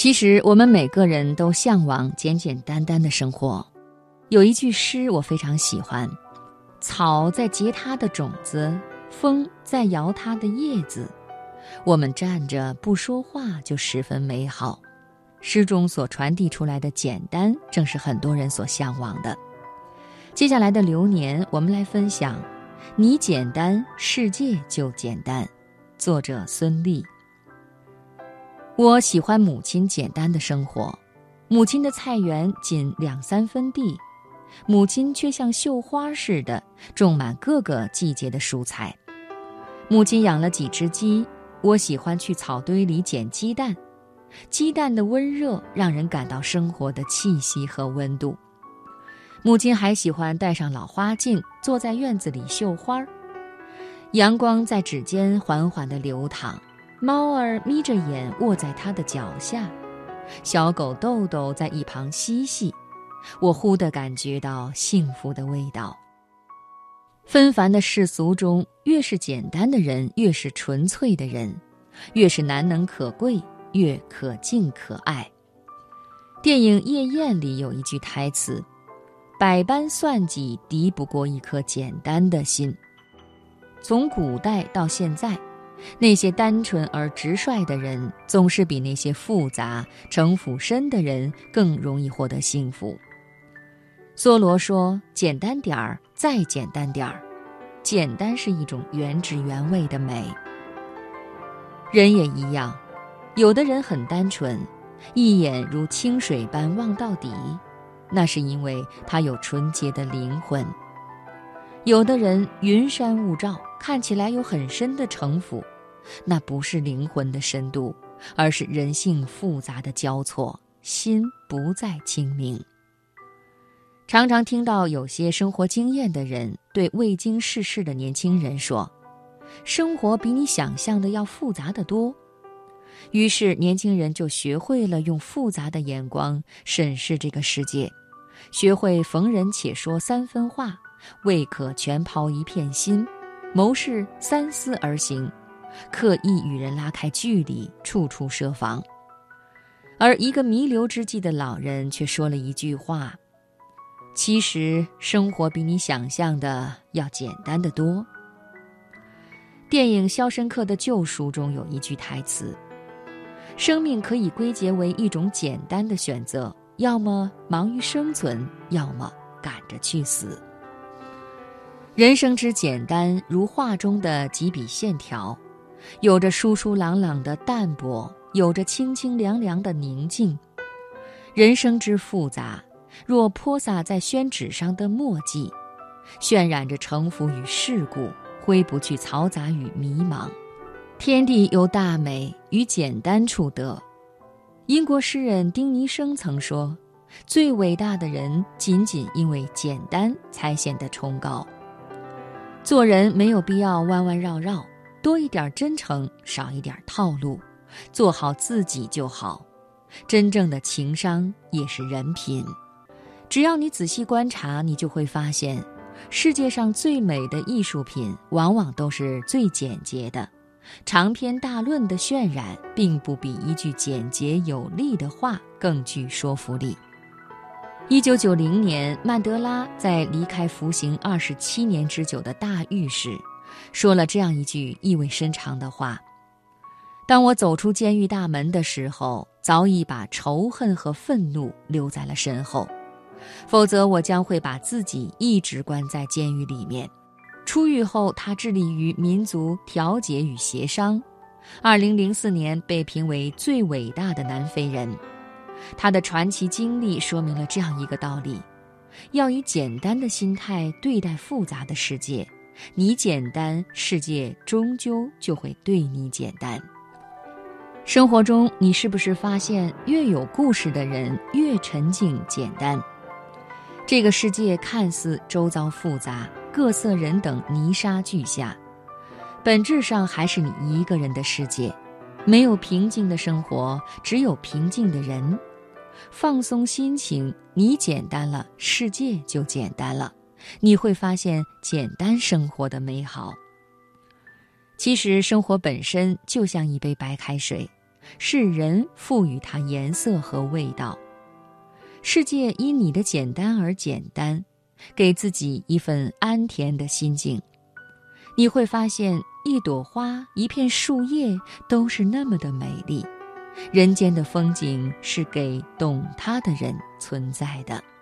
其实我们每个人都向往简简单单的生活。有一句诗我非常喜欢：草在结它的种子，风在摇它的叶子，我们站着不说话就十分美好。诗中所传递出来的简单，正是很多人所向往的。接下来的流年，我们来分享你简单，世界就简单。作者孙俪。我喜欢母亲简单的生活，母亲的菜园仅2-3分地，母亲却像绣花似的种满各个季节的蔬菜。母亲养了几只鸡，我喜欢去草堆里捡鸡蛋，鸡蛋的温热让人感到生活的气息和温度。母亲还喜欢戴上老花镜，坐在院子里绣花。阳光在指尖缓缓地流淌，猫儿眯着眼卧在它的脚下，小狗豆豆在一旁嬉戏，我忽地感觉到幸福的味道。纷繁的世俗中，越是简单的人，越是纯粹的人，越是难能可贵，越可敬可爱。电影《夜宴》里有一句台词：百般算计敌不过一颗简单的心。从古代到现在，那些单纯而直率的人，总是比那些复杂、城府深的人更容易获得幸福。梭罗说：简单点儿，再简单点儿。简单是一种原汁原味的美。人也一样，有的人很单纯，一眼如清水般望到底，那是因为他有纯洁的灵魂。有的人云山雾罩，看起来有很深的城府，那不是灵魂的深度，而是人性复杂的交错，心不再清明。常常听到有些生活经验的人对未经世事的年轻人说：生活比你想象的要复杂得多。于是年轻人就学会了用复杂的眼光审视这个世界，学会逢人且说3分话，未可全抛一片心，谋事三思而行，刻意与人拉开距离，处处设防。而一个弥留之际的老人却说了一句话：其实生活比你想象的要简单得多。电影《肖申克的救赎》中有一句台词：生命可以归结为一种简单的选择，要么忙于生存，要么赶着去死。人生之简单，如画中的几笔线条，有着疏疏朗朗的淡泊，有着清清凉凉的宁静。人生之复杂，若泼洒在宣纸上的墨迹，渲染着城府与世故，挥不去嘈杂与迷茫。天地有大美，于简单处得。英国诗人丁尼生曾说：最伟大的人，仅仅因为简单才显得崇高。做人没有必要弯弯绕绕，多一点真诚，少一点套路，做好自己就好。真正的情商也是人品。只要你仔细观察，你就会发现，世界上最美的艺术品往往都是最简洁的。长篇大论的渲染，并不比一句简洁有力的话更具说服力。1990年，曼德拉在离开服刑27年之久的大狱时，说了这样一句意味深长的话：当我走出监狱大门的时候，早已把仇恨和愤怒留在了身后，否则我将会把自己一直关在监狱里面。出狱后，他致力于民族调解与协商。2004年被评为最伟大的南非人。他的传奇经历说明了这样一个道理：要以简单的心态对待复杂的世界，你简单，世界终究就会对你简单。生活中，你是不是发现越有故事的人越沉静简单？这个世界看似周遭复杂，各色人等泥沙俱下，本质上还是你一个人的世界。没有平静的生活，只有平静的人。放松心情，你简单了，世界就简单了。你会发现简单生活的美好。其实生活本身就像一杯白开水， 是人赋予它颜色和味道。世界因你的简单而简单，给自己一份安恬的心境。你会发现，一朵花，一片树叶，都是那么的美丽。人间的风景是给懂它的人存在的。